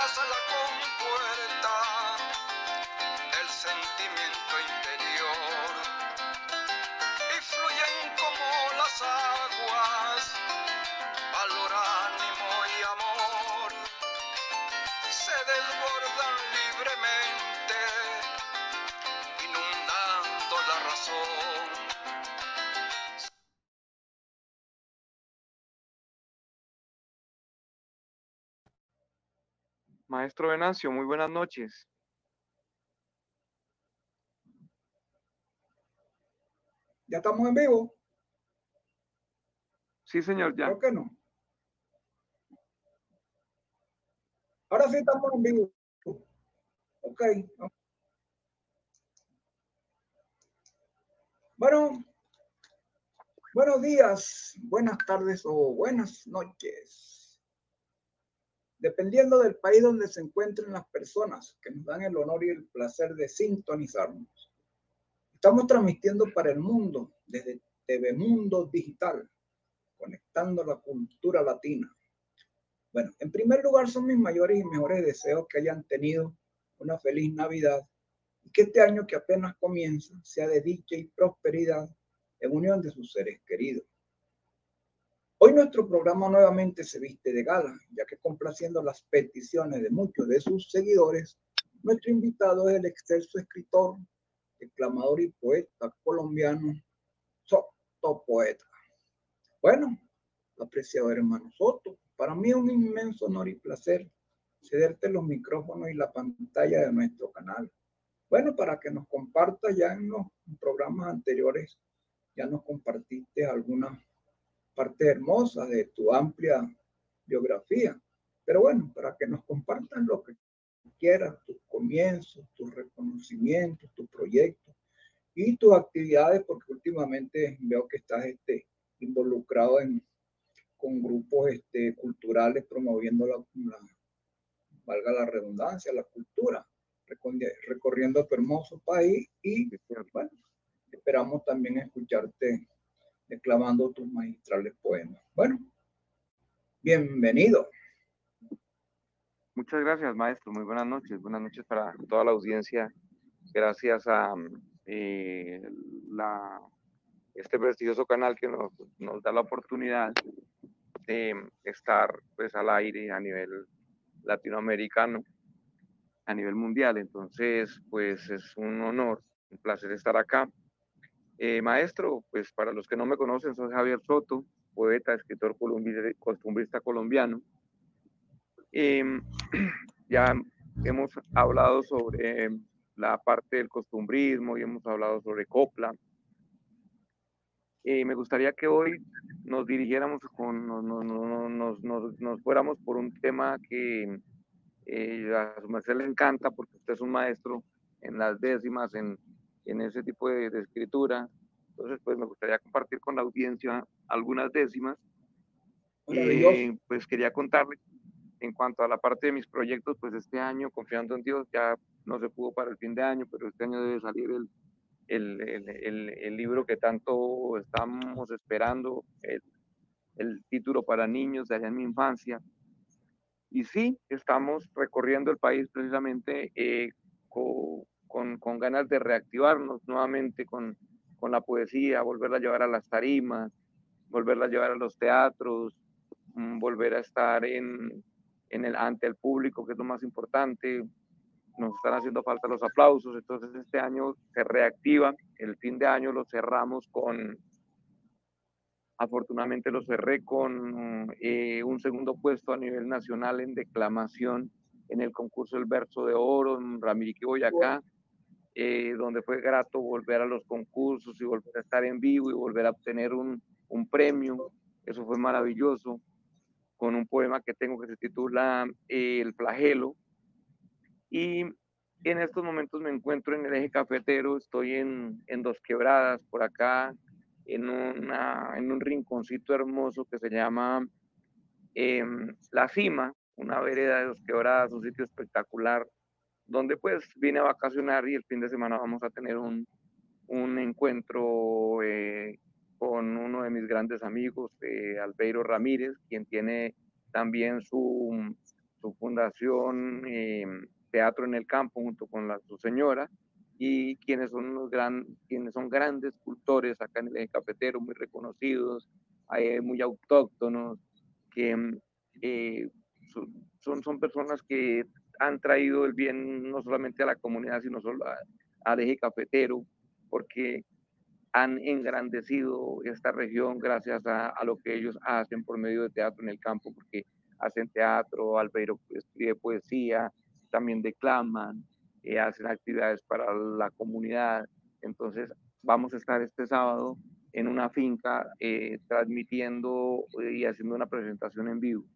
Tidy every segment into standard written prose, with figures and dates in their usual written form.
a la compuerta del sentimiento interior y fluyen como las aguas, valor, ánimo y amor, se desbordan libremente, inundando la razón. Maestro Venancio, muy buenas noches. ¿Ya estamos en vivo? Sí, señor, ya. Creo que no. Ahora sí estamos en vivo. Ok. Bueno, buenos días, buenas tardes o buenas noches. Dependiendo del país donde se encuentren las personas que nos dan el honor y el placer de sintonizarnos. Estamos transmitiendo para el mundo desde TV Mundo Digital, conectando la cultura latina. Bueno, en primer lugar son mis mayores y mejores deseos que hayan tenido una feliz Navidad y que este año que apenas comienza sea de dicha y prosperidad en unión de sus seres queridos. Hoy nuestro programa nuevamente se viste de gala, ya que complaciendo las peticiones de muchos de sus seguidores, nuestro invitado es el excelso escritor, declamador y poeta colombiano, Soto Poeta. Bueno, apreciado hermano Soto, para mí es un inmenso honor y placer cederte los micrófonos y la pantalla de nuestro canal. Bueno, para que nos compartas ya en los programas anteriores, ya nos compartiste algunas partes hermosas de tu amplia biografía. Pero bueno, para que nos compartan lo que quieras, tus comienzos, tus reconocimientos, tus proyectos y tus actividades, porque últimamente veo que estás involucrado con grupos culturales promoviendo valga la redundancia, la cultura, recorriendo tu hermoso país y bueno, esperamos también escucharte declamando tus magistrales poemas. Bueno, bienvenido. Muchas gracias, maestro. Muy buenas noches. Buenas noches para toda la audiencia. Gracias a eh, la, este prestigioso canal que nos da la oportunidad de estar pues, al aire a nivel latinoamericano, a nivel mundial. Entonces, pues es un honor, un placer estar acá. Maestro, pues para los que no me conocen, soy Javier Soto, poeta, escritor costumbrista colombiano. Ya hemos hablado sobre la parte del costumbrismo y hemos hablado sobre copla. Me gustaría que hoy nos dirigiéramos nos fuéramos por un tema que a su merced le encanta porque usted es un maestro en las décimas, en ese tipo de escritura. Entonces, pues me gustaría compartir con la audiencia algunas décimas. Pues quería contarle en cuanto a la parte de mis proyectos, pues este año, confiando en Dios, ya no se pudo para el fin de año, pero este año debe salir el libro que tanto estamos esperando, el título para niños de allá en mi infancia. Y sí, estamos recorriendo el país precisamente con ganas de reactivarnos nuevamente con la poesía, volverla a llevar a las tarimas, volverla a llevar a los teatros, volver a estar ante el público, que es lo más importante. Nos están haciendo falta los aplausos, entonces este año se reactiva, el fin de año lo cerramos afortunadamente lo cerré con un segundo puesto a nivel nacional en declamación en el concurso del Verso de Oro en Ramiriquí, Boyacá, donde fue grato volver a los concursos y volver a estar en vivo y volver a obtener un premio. Eso fue maravilloso, con un poema que tengo que se titula El flagelo. Y en estos momentos me encuentro en el eje cafetero, estoy en Dos Quebradas, por acá, en un rinconcito hermoso que se llama La Cima, una vereda de Dos Quebradas, un sitio espectacular, donde pues vine a vacacionar y el fin de semana vamos a tener un encuentro con uno de mis grandes amigos, Albeiro Ramírez, quien tiene también su fundación Teatro en el Campo junto con su señora, y quienes son grandes cultores acá en el eje cafetero, muy reconocidos, muy autóctonos, que son personas que han traído el bien no solamente a la comunidad, sino solo al eje cafetero, porque han engrandecido esta región gracias a lo que ellos hacen por medio de Teatro en el Campo, porque hacen teatro, Albeiro escribe poesía, también declaman, hacen actividades para la comunidad. Entonces vamos a estar este sábado en una finca transmitiendo y haciendo una presentación en vivo.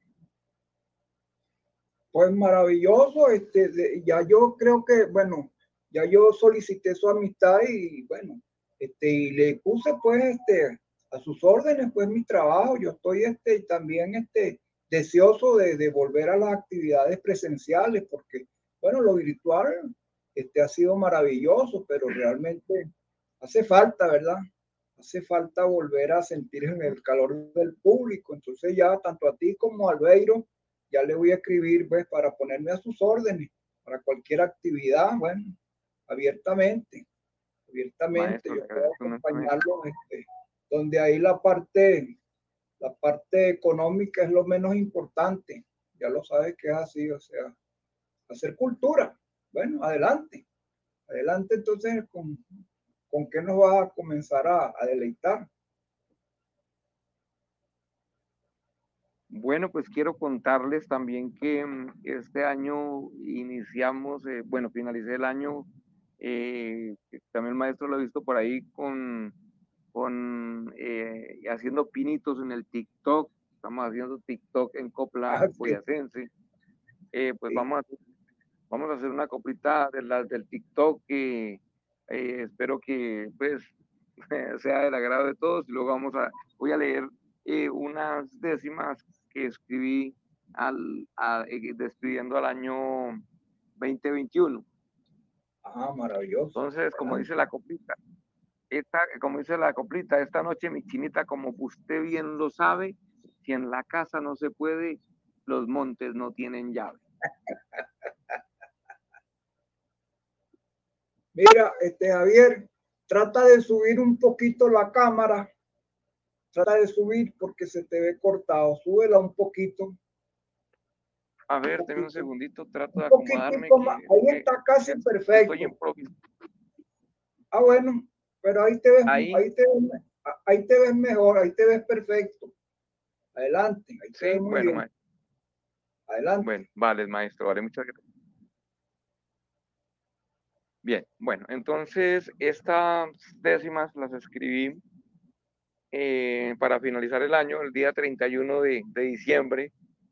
Pues maravilloso, ya yo creo que, bueno, ya yo solicité su amistad y bueno, y le puse pues a sus órdenes pues mi trabajo. Yo estoy también deseoso de volver a las actividades presenciales, porque bueno, lo virtual ha sido maravilloso, pero realmente hace falta, ¿verdad? Hace falta volver a sentir en el calor del público. Entonces ya tanto a ti como a Albeiro ya le voy a escribir pues para ponerme a sus órdenes para cualquier actividad, bueno, abiertamente. Maestro, Yo puedo acompañarlo, donde ahí la parte económica es lo menos importante. Ya lo sabes que es así, o sea, hacer cultura. Bueno, adelante. Adelante entonces, ¿con qué nos va a comenzar a deleitar? Bueno, pues quiero contarles también que este año iniciamos, bueno, finalicé el año, también el maestro lo he visto por ahí haciendo pinitos en el TikTok. Estamos haciendo TikTok en Copla Sí, Boyacense. Pues sí. vamos a hacer una coplita de las del TikTok que espero que pues sea del agrado de todos, y luego voy a leer unas décimas que escribí despidiendo al año 2021. Maravilloso. Entonces, como dice la coplita, esta noche mi chinita, como usted bien lo sabe, si en la casa no se puede, los montes no tienen llave. Mira, Javier, trata de subir un poquito la cámara. Trata de subir porque se te ve cortado. Súbela un poquito. A ver, denme un segundito, trato de Un acomodarme, poquitico más. Ahí está casi estoy perfecto. improvisando. Bueno, pero ahí te ves, Ahí, ahí te ves mejor, ahí te ves perfecto. Adelante, ahí te sí, ves muy bueno, bien. Adelante. bueno, vale, maestro, vale, muchas gracias. Bien, bueno, entonces estas décimas las escribí para finalizar el año, el día 31 de diciembre.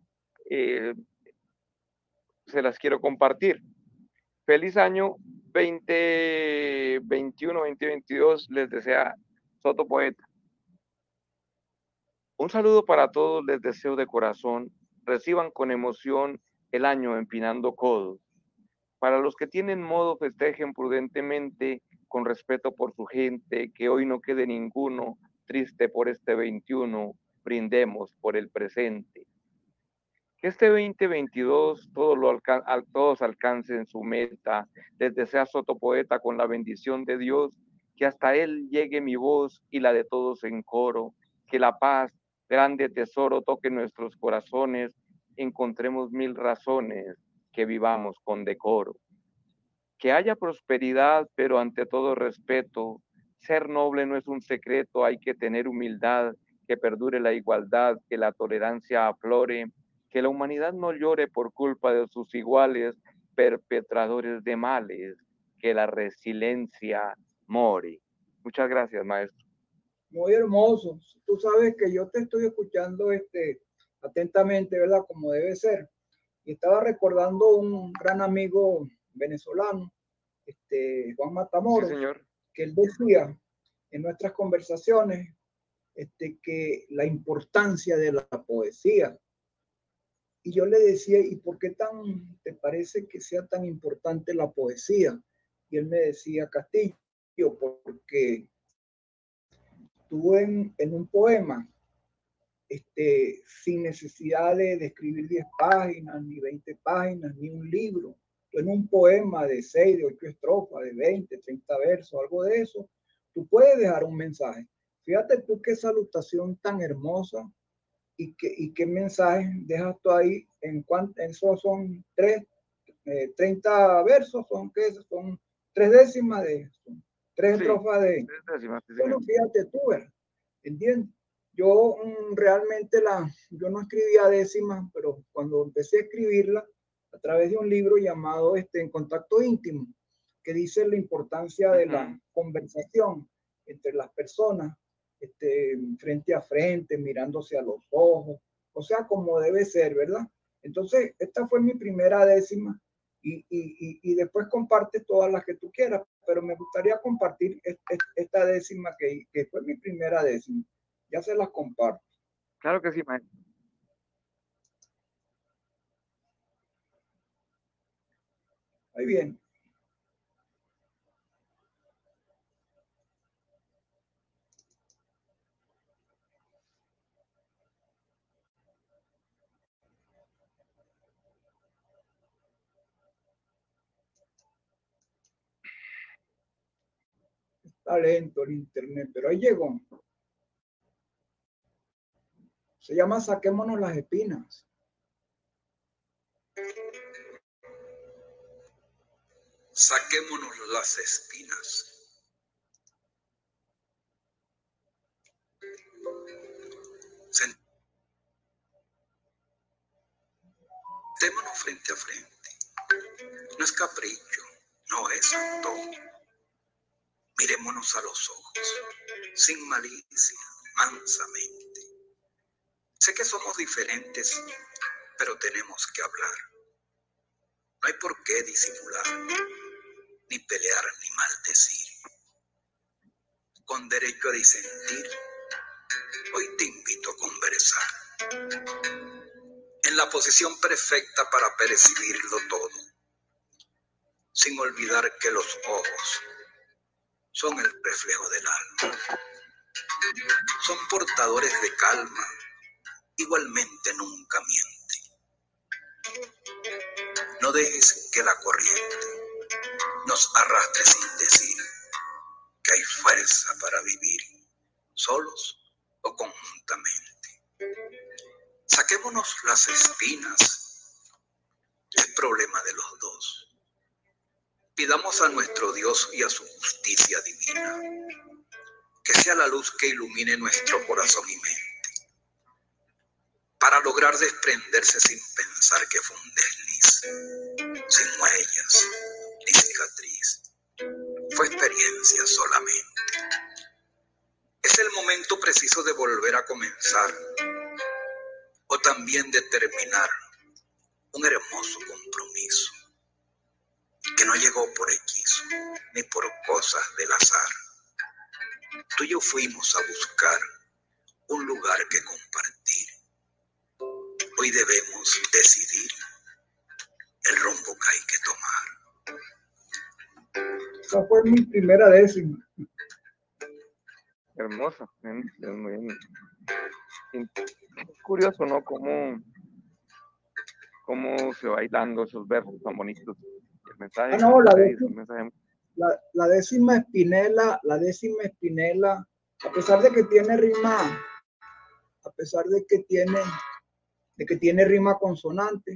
Se las quiero compartir. Feliz año 2021-2022, les desea Soto Poeta. Un saludo para todos, les deseo de corazón, reciban con emoción el año empinando codos. Para los que tienen modo, festejen prudentemente, con respeto por su gente, que hoy no quede ninguno triste por este 21, brindemos por el presente. Que este 2022 todos alcancen su meta. Les desea Soto Poeta con la bendición de Dios, que hasta él llegue mi voz y la de todos en coro. Que la paz, grande tesoro, toque nuestros corazones, encontremos mil razones, que vivamos con decoro. Que haya prosperidad, pero ante todo respeto. Ser noble no es un secreto, hay que tener humildad, que perdure la igualdad, que la tolerancia aflore, que la humanidad no llore por culpa de sus iguales, perpetradores de males, que la resiliencia more. Muchas gracias, maestro. Muy hermoso. Tú sabes que yo te estoy escuchando atentamente, ¿verdad? Como debe ser. Y estaba recordando un gran amigo venezolano, Juan Sí, Matamoros, señor. que él decía en nuestras conversaciones que la importancia de la poesía. Y yo le decía, ¿y por qué te parece que sea tan importante la poesía? Y él me decía, Castillo, porque tú en un poema sin necesidad de escribir 10 páginas, ni 20 páginas, ni un libro. En un poema de 6, de 8 estrofas, de 20, 30 versos, algo de eso, tú puedes dejar un mensaje. Fíjate tú qué salutación tan hermosa y qué mensaje dejas tú ahí. Esos son 30 versos, son 3 décimas de eso, 3 estrofas de... 3 décimas. Bueno, fíjate tú, ¿entiendes? Yo realmente yo no escribía décimas, pero cuando empecé a escribirla a través de un libro llamado En Contacto Íntimo, que dice la importancia de la conversación entre las personas, frente a frente, mirándose a los ojos, o sea, como debe ser, ¿verdad? Entonces, esta fue mi primera décima y después compartes todas las que tú quieras, pero me gustaría compartir esta décima que fue mi primera décima. Ya se las comparto. Claro que sí, maestro. Muy bien. Está lento el internet, pero ahí llegó. Se llama Saquémonos las espinas. Saquémonos las espinas. Sentémonos frente a frente. No es capricho, no es antojo. Mirémonos a los ojos, sin malicia, mansamente. Sé que somos diferentes, pero tenemos que hablar. No hay por qué disimular, ni pelear, ni maldecir. Con derecho a disentir, hoy te invito a conversar. En la posición perfecta para percibirlo todo, sin olvidar que los ojos son el reflejo del alma. Son portadores de calma, igualmente nunca mienten. No dejes que la corriente nos arrastre sin decir que hay fuerza para vivir, solos o conjuntamente. Saquémonos las espinas, es problema de los dos. Pidamos a nuestro Dios y a su justicia divina, que sea la luz que ilumine nuestro corazón y mente, para lograr desprenderse sin pensar que fue un desliz, sin huellas ni cicatriz, fue experiencia solamente. Es el momento preciso de volver a comenzar, o también de terminar un hermoso compromiso, que no llegó por hechizo, ni por cosas del azar. Tú y yo fuimos a buscar un lugar que compartir. Hoy debemos decidir el rumbo que hay que tomar. Esa fue mi primera décima. Hermoso, es muy curioso, ¿no? Cómo se va hilando esos versos tan bonitos. El mensaje, la décima Espinela, a pesar de que tiene rima, rima consonante,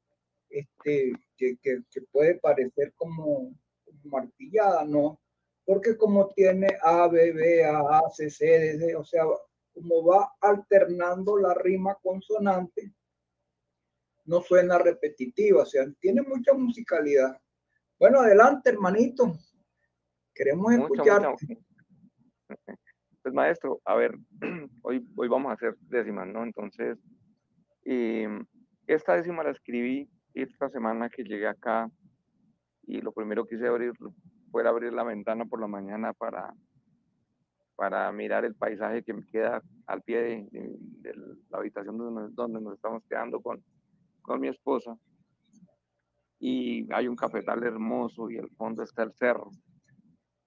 que puede parecer como martillada, ¿no? Porque como tiene A, B, B, A, C, C, D, D, o sea, como va alternando la rima consonante, no suena repetitiva, o sea, tiene mucha musicalidad. Bueno, adelante, hermanito. Queremos escucharte. Pues maestro, a ver, hoy vamos a hacer décimas, ¿no? Entonces, esta décima la escribí esta semana que llegué acá y lo primero que hice fue abrir la ventana por la mañana para mirar el paisaje que me queda al pie de la habitación donde nos estamos quedando con mi esposa. Y hay un cafetal hermoso y al fondo está el cerro.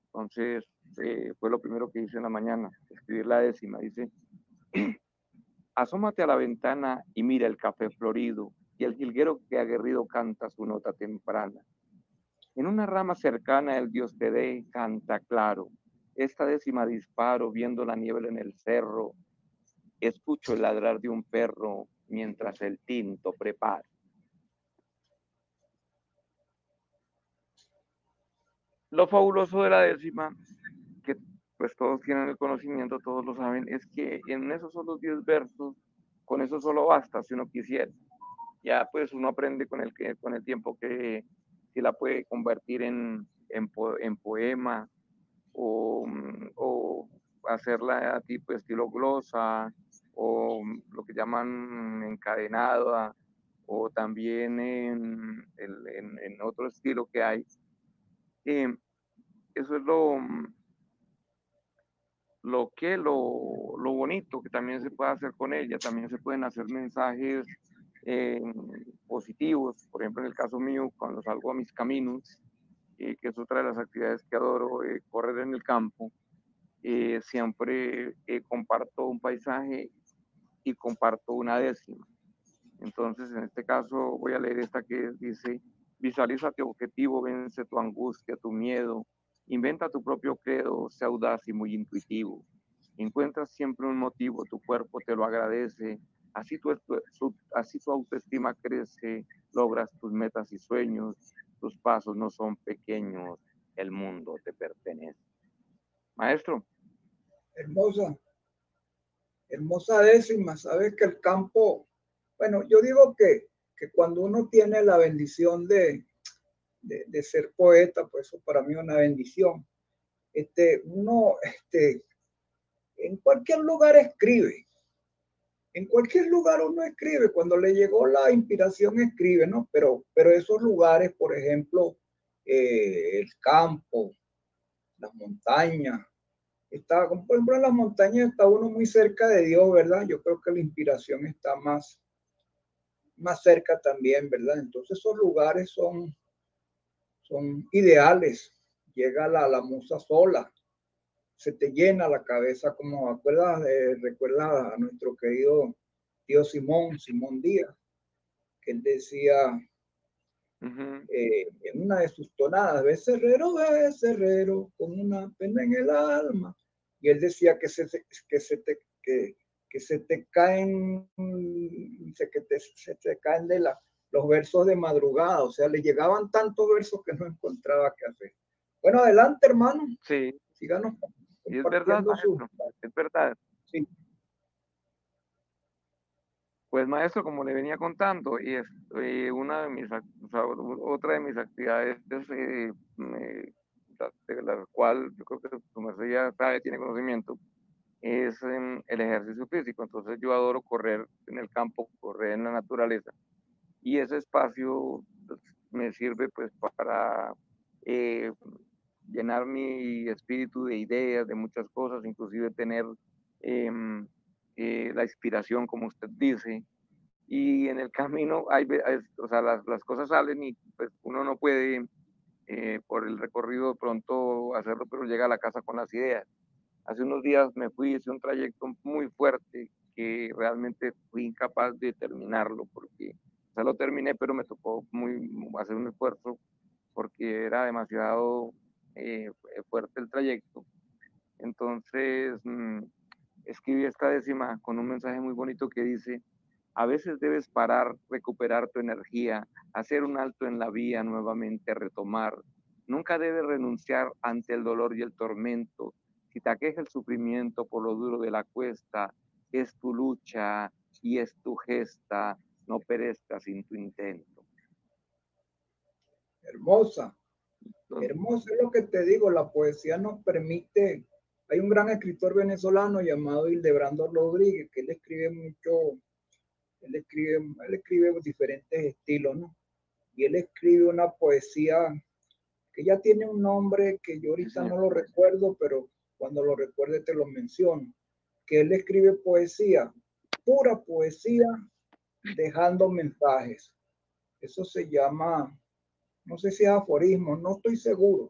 Entonces, fue lo primero que hice en la mañana, escribir la décima. Dice, Asómate a la ventana y mira el café florido y el jilguero que aguerrido canta su nota temprana. En una rama cercana el Dios te dé canta claro. Esta décima disparo viendo la niebla en el cerro. Escucho el ladrar de un perro mientras el tinto prepara. Lo fabuloso de la décima, que pues todos tienen el conocimiento, todos lo saben, es que en esos solos 10 versos, con eso solo basta si uno quisiera. Ya pues uno aprende con el tiempo que si la puede convertir en poema o hacerla tipo estilo glosa o lo que llaman encadenada o también en otro estilo que hay. Eso es lo bonito que también se puede hacer con ella. También se pueden hacer mensajes eh, positivos. Por ejemplo, en el caso mío, cuando salgo a mis caminos, que es otra de las actividades que adoro, correr en el campo, siempre comparto un paisaje y comparto una décima. Entonces, en este caso, voy a leer esta que dice, visualiza tu objetivo, vence tu angustia, tu miedo, inventa tu propio credo, sea audaz y muy intuitivo. Encuentras siempre un motivo, tu cuerpo te lo agradece, así tu autoestima crece, logras tus metas y sueños, tus pasos no son pequeños, el mundo te pertenece. Maestro. Hermosa, hermosa décima. Sabes que el campo, bueno, yo digo que cuando uno tiene la bendición de ser poeta, pues eso para mí es una bendición. Uno, en cualquier lugar escribe. En cualquier lugar uno escribe. Cuando le llegó la inspiración escribe, ¿no? Pero esos lugares, por ejemplo, el campo, las montañas, está, por ejemplo, en las montañas está uno muy cerca de Dios, ¿verdad? Yo creo que la inspiración está más cerca también, ¿verdad? Entonces esos lugares son ideales. Llega la musa sola, se te llena la cabeza, como recuerda a nuestro querido tío Simón Díaz, que él decía en una de sus tonadas, ve cerrero, con una pena en el alma. Y él decía que se te caen, se te caen los versos de madrugada, o sea, le llegaban tantos versos que no encontraba qué hacer. Bueno, adelante, hermano. Sí. Síganos y es verdad, maestro, es verdad. Sí. Pues maestro, como le venía contando, y es una de mis, o sea, otra de mis actividades, de la cual yo creo que su merced ya sabe, tiene conocimiento, es el ejercicio físico. Entonces yo adoro correr en el campo, correr en la naturaleza, y ese espacio pues, me sirve pues para llenar mi espíritu de ideas, de muchas cosas, inclusive tener la inspiración, como usted dice, y en el camino o sea, las cosas salen y pues uno no puede por el recorrido de pronto hacerlo, pero llega a la casa con las ideas. Hace unos días me fui, hice un trayecto muy fuerte que realmente fui incapaz de terminarlo porque, o sea, lo terminé, pero me tocó hacer un esfuerzo porque era demasiado fuerte el trayecto. Entonces, escribí esta décima con un mensaje muy bonito que dice, a veces debes parar, recuperar tu energía, hacer un alto en la vía, nuevamente retomar. Nunca debes renunciar ante el dolor y el tormento. Si te aqueja el sufrimiento por lo duro de la cuesta, es tu lucha y es tu gesta, no perezcas sin tu intento. Hermosa, hermosa es lo que te digo, la poesía nos permite, hay un gran escritor venezolano llamado Hildebrando Rodríguez, que él escribe mucho, él escribe diferentes estilos, ¿no? Y él escribe una poesía que ya tiene un nombre que yo ahorita no lo recuerdo, pero cuando lo recuerde te lo menciono, que él escribe poesía, pura poesía, dejando mensajes. Eso se llama, no sé si es aforismo, no estoy seguro,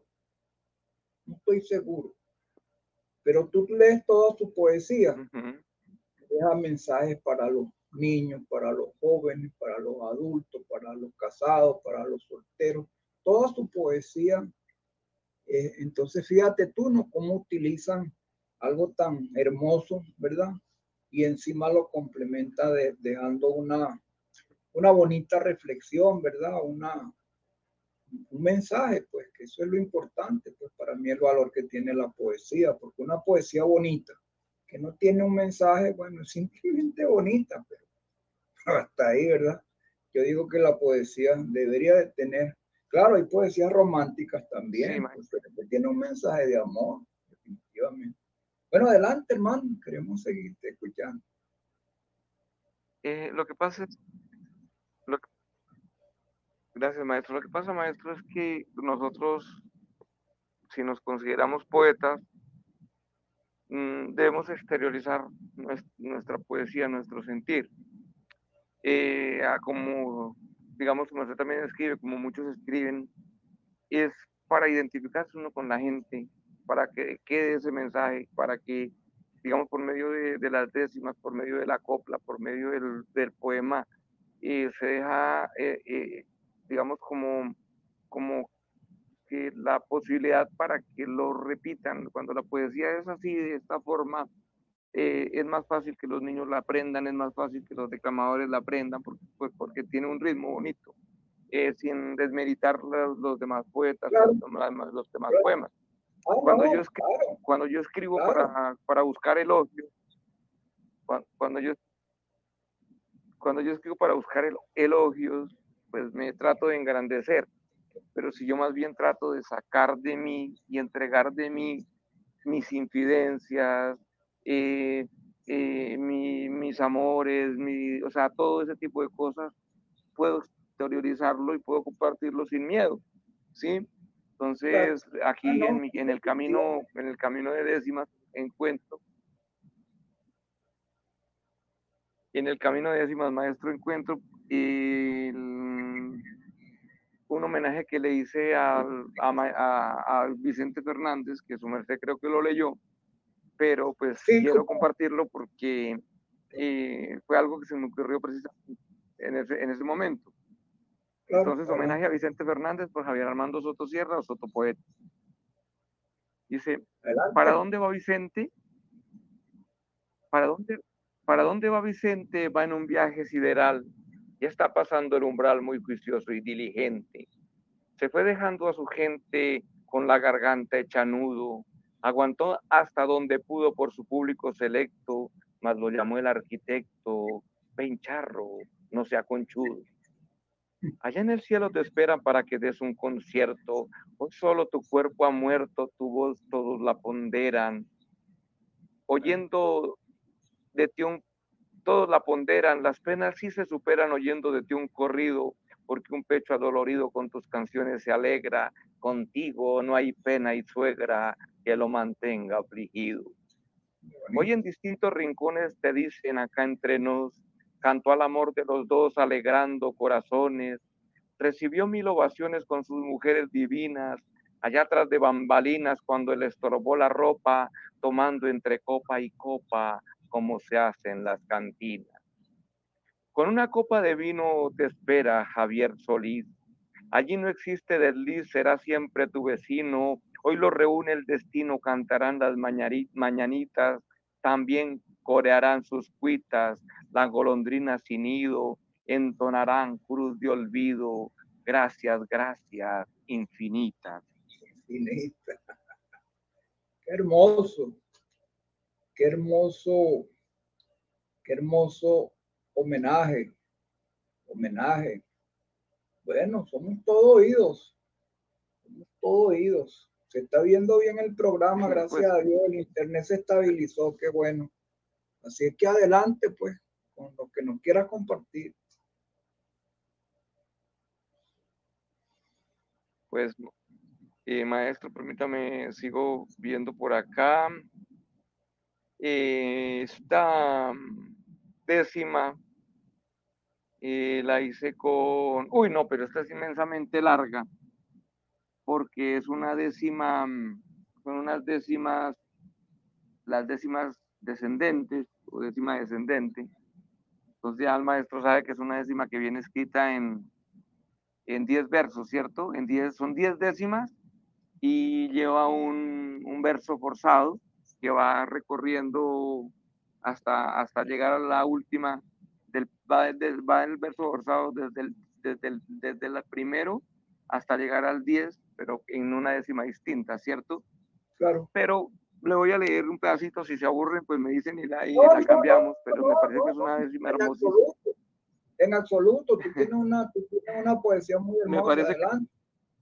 pero tú lees toda su poesía, deja mensajes para los niños, para los jóvenes, para los adultos, para los casados, para los solteros, toda su poesía. Entonces, fíjate tú, ¿no? Cómo utilizan algo tan hermoso, ¿verdad? Y encima lo complementa dejando una bonita reflexión, ¿verdad? Un mensaje, pues, que eso es lo importante, pues para mí el valor que tiene la poesía, porque una poesía bonita, que no tiene un mensaje, bueno, es simplemente bonita, pero hasta ahí, ¿verdad? Yo digo que la poesía debería de tener, claro, hay poesías románticas también, Sí, pues, pero que tiene un mensaje de amor, definitivamente. Bueno, adelante, hermano, queremos seguirte escuchando. lo que pasa es, lo que- gracias maestro, lo que pasa maestro es que nosotros, si nos consideramos poetas, debemos exteriorizar nuestra poesía, nuestro sentir. Como, digamos, como usted también escribe, como muchos escriben, es para identificarse uno con la gente, para que quede ese mensaje, para que, digamos, por medio de las décimas, por medio de la copla, por medio del poema, se deja, digamos, como que la posibilidad para que lo repitan. Cuando la poesía es así, de esta forma, es más fácil que los niños la aprendan, es más fácil que los declamadores la aprendan, porque tiene un ritmo bonito, sin desmeritar los demás poetas y Claro, los demás claro. poemas. Ah, Cuando yo, no, claro, cuando yo escribo claro. para buscar elogios, cuando yo escribo para buscar elogios, pues me trato de engrandecer, pero si yo más bien trato de sacar de mí y entregar de mí mis infidencias, mis amores, o sea, todo ese tipo de cosas, puedo exteriorizarlo y puedo compartirlo sin miedo, ¿sí? Claro. Entonces, Ah, aquí no, definitivamente. en el camino de décimas, maestro, encuentro un homenaje que le hice a Vicente Fernández, que su merced creo que lo leyó, pero pues Sí, quiero como, compartirlo porque fue algo que se me ocurrió precisamente en ese momento. claro, Entonces, homenaje a adelante, Vicente Fernández por Javier Armando Soto Sierra o Soto Poeta. Dice, ¿para adelante. dónde va Vicente? ¿Para dónde, para dónde va Vicente? Va en un viaje sideral. Ya está pasando el umbral muy juicioso y diligente. Se fue dejando a su gente con la garganta hecha nudo. Aguantó hasta donde pudo por su público selecto, mas lo llamó el arquitecto. Ven charro, no sea conchudo. Allá en el cielo te esperan para que des un concierto. Hoy solo tu cuerpo ha muerto, tu voz todos la ponderan. Oyendo de ti todos la ponderan, las penas sí se superan oyendo de ti un corrido, porque un pecho adolorido con tus canciones se alegra. Contigo no hay pena y suegra que lo mantenga afligido. Hoy en distintos rincones te dicen acá entre nos, cantó al amor de los dos alegrando corazones, recibió 1000 ovaciones con sus mujeres divinas, allá atrás de bambalinas cuando le estorbó la ropa, tomando entre copa y copa como se hace en las cantinas. Con una copa de vino te espera Javier Solís. Allí no existe desliz, será siempre tu vecino. Hoy lo reúne el destino, cantarán las mañanitas, también corearán sus cuitas, las golondrinas sin nido, entonarán cruz de olvido, gracias, gracias infinitas. Infinita. Qué hermoso, qué hermoso, qué hermoso homenaje, homenaje. Bueno, somos todo oídos, somos todo oídos. Se está viendo bien el programa, Pues, gracias a Dios, el internet se estabilizó, qué bueno. Así es que adelante, pues, con lo que nos quiera compartir. pues maestro, permítame, sigo viendo por acá. Esta décima la hice con, uy, no, pero esta es inmensamente larga, porque es una décima, son unas décimas, las décimas descendentes, o décima descendente. Entonces ya el maestro sabe que es una décima que viene escrita en 10 versos, ¿cierto? Son 10 décimas y lleva un verso forzado que va recorriendo hasta llegar a la última, va el verso forzado desde el primero hasta llegar al 10, pero en una décima distinta, ¿cierto? Claro. Pero le voy a leer un pedacito, si se aburren, pues me dicen y la cambiamos, pero me parece que es una décima hermosísima. En absoluto, tú tienes una poesía muy hermosa. Me parece adelante.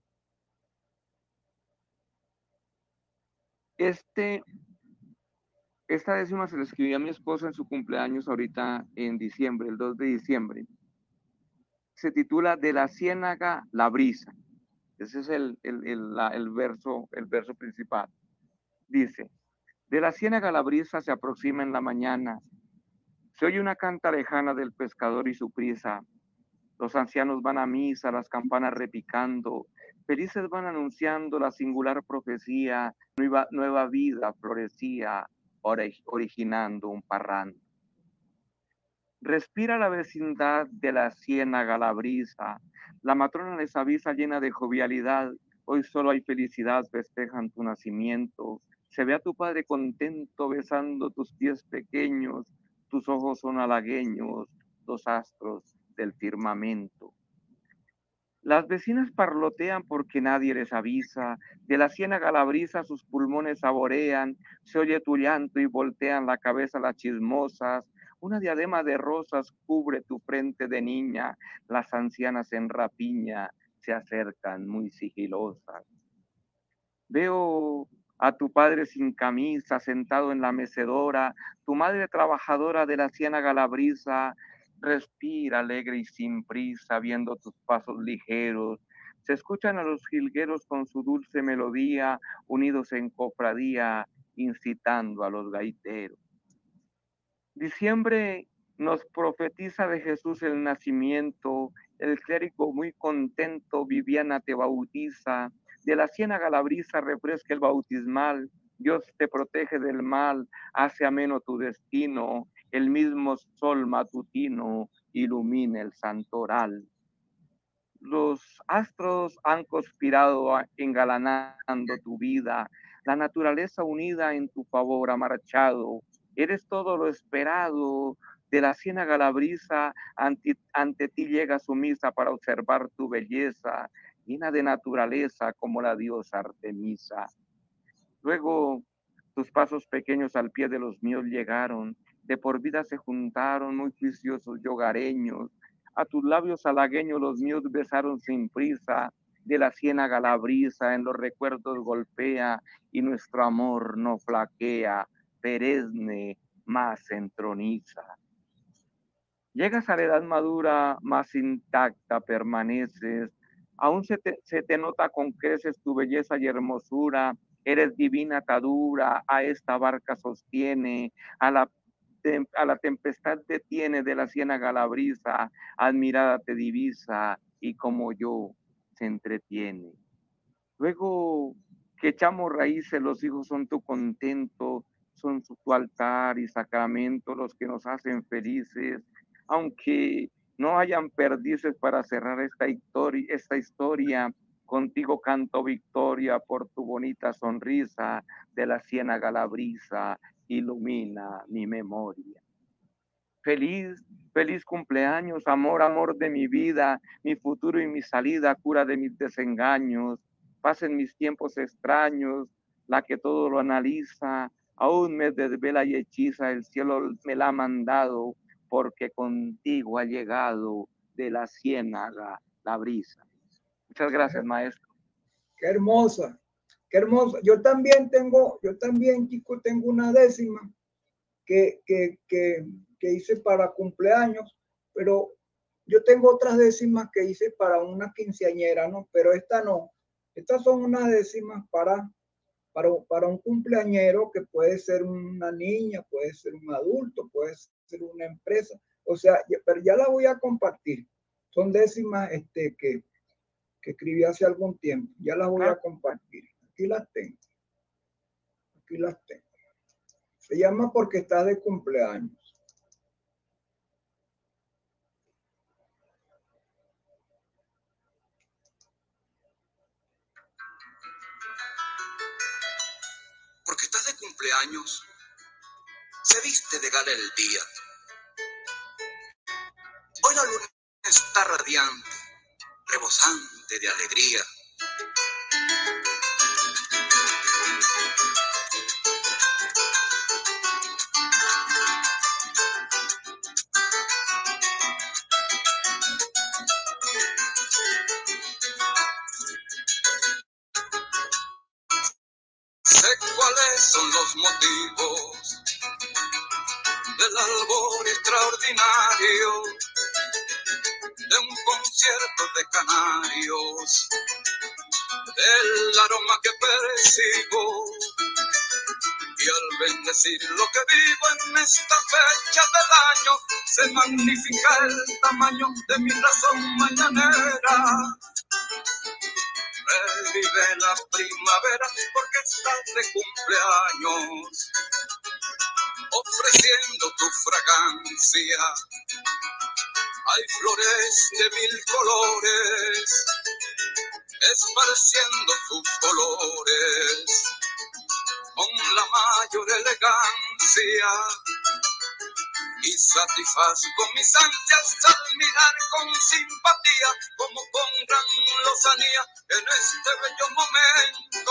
Esta décima se la escribí a mi esposa en su cumpleaños ahorita en diciembre, el 2 de diciembre. Se titula De la ciénaga la brisa. Ese es el verso principal. Dice, de la ciénaga la brisa se aproxima en la mañana. Se oye una canta lejana del pescador y su prisa. Los ancianos van a misa, las campanas repicando. Felices van anunciando la singular profecía. Nueva vida florecía, originando un parrando. Respira la vecindad de la ciénaga la brisa. La matrona les avisa llena de jovialidad. Hoy solo hay felicidad, festejan tu nacimiento. Se ve a tu padre contento besando tus pies pequeños. Tus ojos son halagueños, los astros del firmamento. Las vecinas parlotean porque nadie les avisa. De la ciénaga la brisa sus pulmones saborean. Se oye tu llanto y voltean la cabeza las chismosas. Una diadema de rosas cubre tu frente de niña. Las ancianas en rapiña se acercan muy sigilosas. Veo a tu padre sin camisa, sentado en la mecedora. Tu madre trabajadora de la ciénaga la brisa. Respira alegre y sin prisa, viendo tus pasos ligeros. Se escuchan a los jilgueros con su dulce melodía, unidos en cofradía, incitando a los gaiteros. Diciembre nos profetiza de Jesús el nacimiento, el clérigo muy contento, Viviana te bautiza, de la ciénaga la brisa refresca el bautismal, Dios te protege del mal, hace ameno tu destino, el mismo sol matutino ilumina el santoral. Los astros han conspirado engalanando tu vida, la naturaleza unida en tu favor ha marchado, eres todo lo esperado, de la ciénaga la brisa, ante ti llega sumisa para observar tu belleza, llena de naturaleza como la diosa Artemisa. Luego tus pasos pequeños al pie de los míos llegaron, de por vida se juntaron muy juiciosos y hogareños, a tus labios halagueños los míos besaron sin prisa, de la ciénaga la brisa en los recuerdos golpea y nuestro amor no flaquea, perenne más se entroniza. Llegas a la edad madura, más intacta permaneces, aún se te nota con creces tu belleza y hermosura, eres divina atadura, a esta barca sostiene, a la tempestad detiene, de la ciénaga la brisa, admirada te divisa y como yo se entretiene. Luego que echamos raíces, los hijos son tu contento, son tu altar y sacramento los que nos hacen felices, aunque no hayan perdices para cerrar esta historia, contigo canto victoria por tu bonita sonrisa, de la ciénaga la brisa ilumina mi memoria. Feliz, feliz cumpleaños, amor, amor de mi vida, mi futuro y mi salida, cura de mis desengaños. Pasen mis tiempos extraños, la que todo lo analiza, aún me desvela y hechiza, el cielo me la ha mandado, porque contigo ha llegado de la ciénaga la brisa. Muchas gracias, maestro. Qué hermosa, qué hermosa. Yo también, chico, tengo una décima que hice para cumpleaños, pero yo tengo otras décimas que hice para una quinceañera, ¿no? Pero esta no. Estas son unas décimas para un cumpleañero, que puede ser una niña, puede ser un adulto, puede ser una empresa. O sea, pero ya la voy a compartir. Son décimas que escribí hace algún tiempo. Ya las voy a compartir. Aquí las tengo. Aquí las tengo. Se llama Porque estás de cumpleaños. cumpleaños, se viste de gala el día. Hoy la luna está radiante, rebosante de alegría. Sé cuáles son los motivos del albor extraordinario de un concierto de canarios, del aroma que percibo y al bendecir lo que vivo en esta fecha del año, se magnifica el tamaño de mi razón mañanera. Revive la primavera porque estás de cumpleaños, ofreciendo tu fragancia. Hay flores de mil colores, esparciendo sus colores con la mayor elegancia. Y satisfazgo mis ansias al mirar con simpatía, como con gran lozanía, en este bello momento.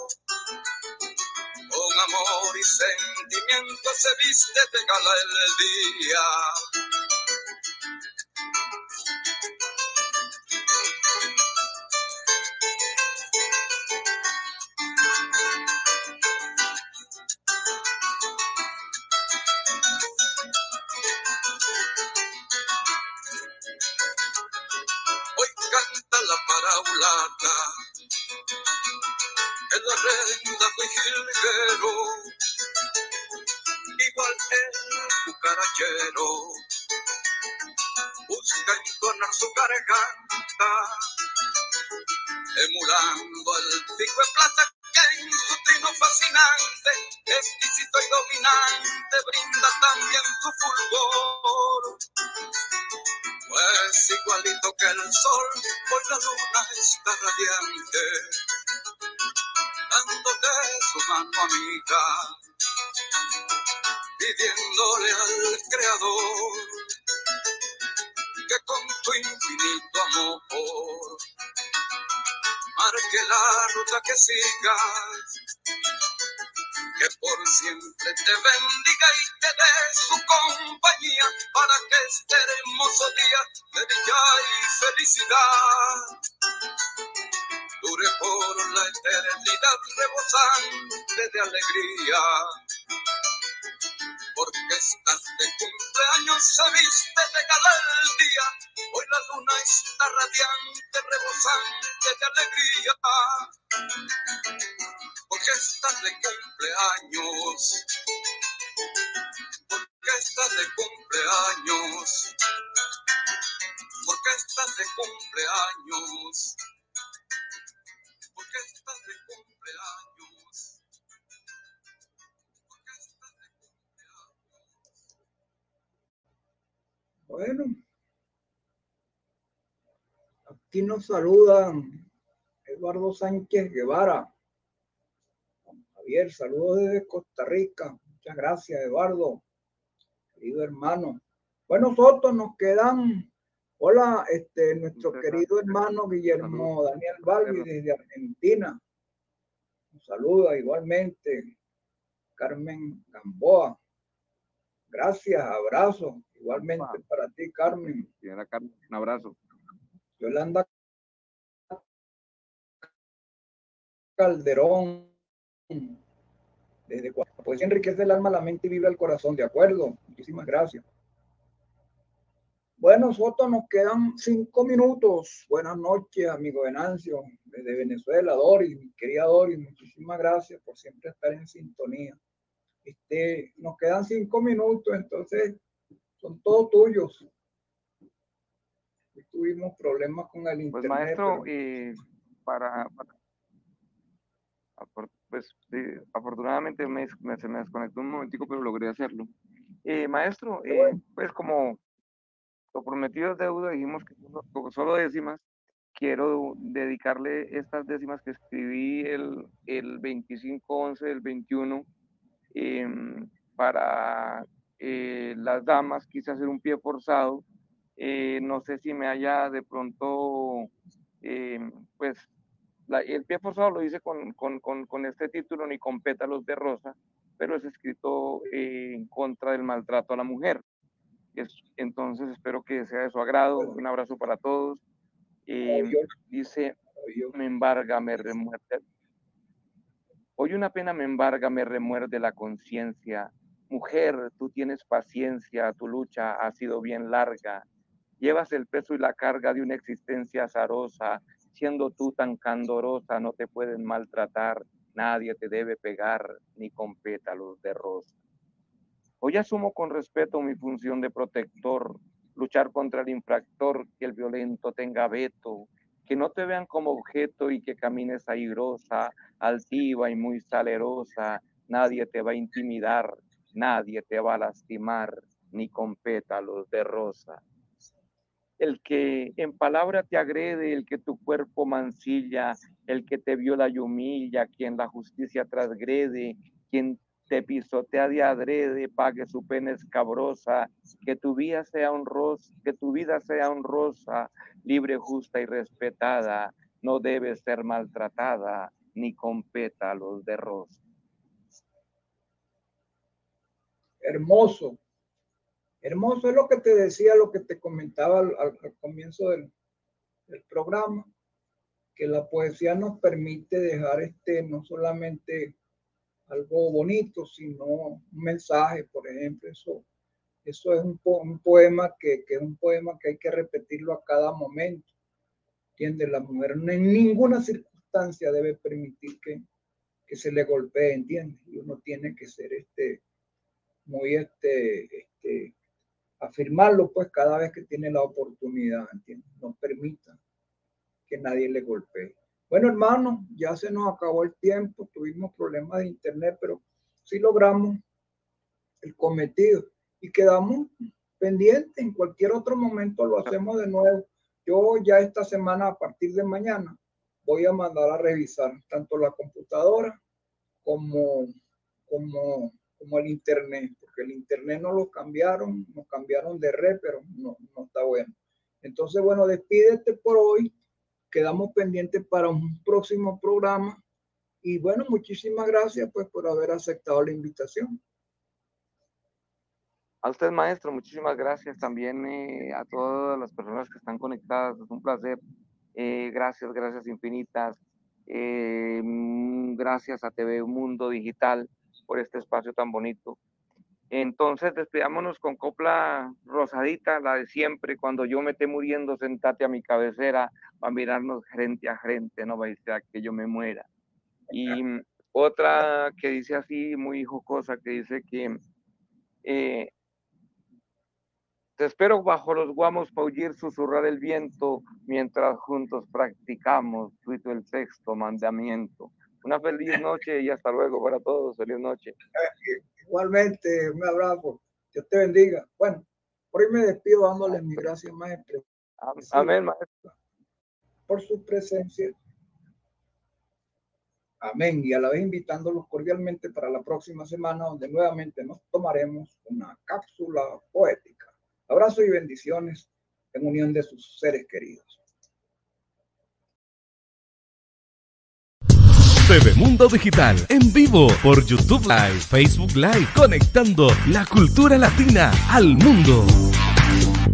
Con amor y sentimiento se viste de gala el día. Hoy canta la paraulata, el arrendado y jilguero, igual el cucarachero, busca entonar su garganta, emulando el pico de plata que en su trino fascinante, exquisito y dominante, brinda también su fulgor. Pues igualito que el sol, hoy la luna está radiante, dándote su mano amiga, pidiéndole al Creador que con tu infinito amor marque la ruta que sigas, que por siempre te bendiga y te dé su compañía, para que este hermoso día de dicha y felicidad dure por la eternidad, rebosante de alegría. Porque estás de cumpleaños, se viste de gala el día. Hoy la luna está radiante, rebosante de alegría. Porque estás de cumpleaños, porque estás de cumpleaños, porque estás de cumpleaños, porque estás de cumpleaños. Bueno, aquí nos saludan Eduardo Sánchez Guevara. Javier, saludos desde Costa Rica. Muchas gracias, Eduardo, querido hermano. Bueno, Soto, nos quedan. Hola, nuestro querido hermano Guillermo Daniel Balbi desde Argentina. Nos saluda igualmente Carmen Gamboa. Gracias, abrazo. Igualmente para ti, Carmen. Señora Carmen, un abrazo. Yolanda Calderón. Desde pues enriquece el alma, la mente y vibra el corazón. De acuerdo. Muchísimas gracias. Bueno, Soto, nos quedan 5 minutos. Buenas noches, amigo Venancio, desde Venezuela. Doris, mi querida Doris, muchísimas gracias por siempre estar en sintonía. Nos quedan 5 minutos, entonces son todos tuyos. Tuvimos problemas con el internet. Pues maestro, pero... pues afortunadamente se me desconectó un momentico, pero logré hacerlo. Maestro, pues como lo prometido es deuda, dijimos que solo décimas. Quiero dedicarle estas décimas que escribí el 25/11 del 21 Para las damas quise hacer un pie forzado. No sé si me haya de pronto, pues el pie forzado lo hice con este título, Ni con pétalos de rosa, pero es escrito en contra del maltrato a la mujer. Entonces espero que sea de su agrado. Un abrazo para todos. Dice, me embarga, me remuerde. Hoy una pena me embarga, me remuerde la conciencia. Mujer, tú tienes paciencia, tu lucha ha sido bien larga. Llevas el peso y la carga de una existencia azarosa. Siendo tú tan candorosa, no te pueden maltratar. Nadie te debe pegar, ni con pétalos de rosa. Hoy asumo con respeto mi función de protector, luchar contra el infractor, que el violento tenga veto, que no te vean como objeto y que camines airosa, altiva y muy salerosa. Nadie te va a intimidar, nadie te va a lastimar, ni con pétalos de rosa. El que en palabra te agrede, el que tu cuerpo mancilla, el que te viola y humilla, quien la justicia transgrede, quien te pisotea de adrede, pague su pena escabrosa. Que tu vida sea honrosa, libre, justa y respetada. No debes ser maltratada, ni con pétalos de rosa. Hermoso. Hermoso es lo que te decía, lo que te comentaba al comienzo del programa, que la poesía nos permite dejar no solamente algo bonito, sino un mensaje, por ejemplo. Eso es un poema que es un poema que hay que repetirlo a cada momento. ¿Entiendes? La mujer en ninguna circunstancia debe permitir que se le golpee, ¿entiendes? Y uno tiene que ser muy afirmarlo pues cada vez que tiene la oportunidad, ¿entiendes? No permita que nadie le golpee. Bueno, hermano, ya se nos acabó el tiempo, tuvimos problemas de internet, pero sí logramos el cometido y quedamos pendientes. En cualquier otro momento lo hacemos de nuevo. Yo ya esta semana, a partir de mañana, voy a mandar a revisar tanto la computadora como el internet, porque el internet nos cambiaron de red, pero no está bueno. Entonces, bueno, despídete por hoy. Quedamos pendientes para un próximo programa. Y bueno, muchísimas gracias pues por haber aceptado la invitación. A usted, maestro, muchísimas gracias. También a todas las personas que están conectadas. Es un placer. Gracias infinitas. Gracias a TV Mundo Digital por este espacio tan bonito. Entonces, despidámonos con copla rosadita, la de siempre. Cuando yo me esté muriendo, sentate a mi cabecera para mirarnos frente a frente, no vaya a ser que yo me muera. Y otra que dice así, muy jocosa, que dice que te espero bajo los guamos para oír susurrar el viento, mientras juntos practicamos tuito el sexto mandamiento. Una feliz noche y hasta luego para todos. Feliz noche. Igualmente, un abrazo. Dios te bendiga. Bueno, por hoy me despido dándoles mis gracias, maestro. Amén, maestro. Por su presencia. Amén. Y a la vez invitándolos cordialmente para la próxima semana, donde nuevamente nos tomaremos una cápsula poética. Abrazos y bendiciones en unión de sus seres queridos. TV Mundo Digital, en vivo por YouTube Live, Facebook Live, conectando la cultura latina al mundo.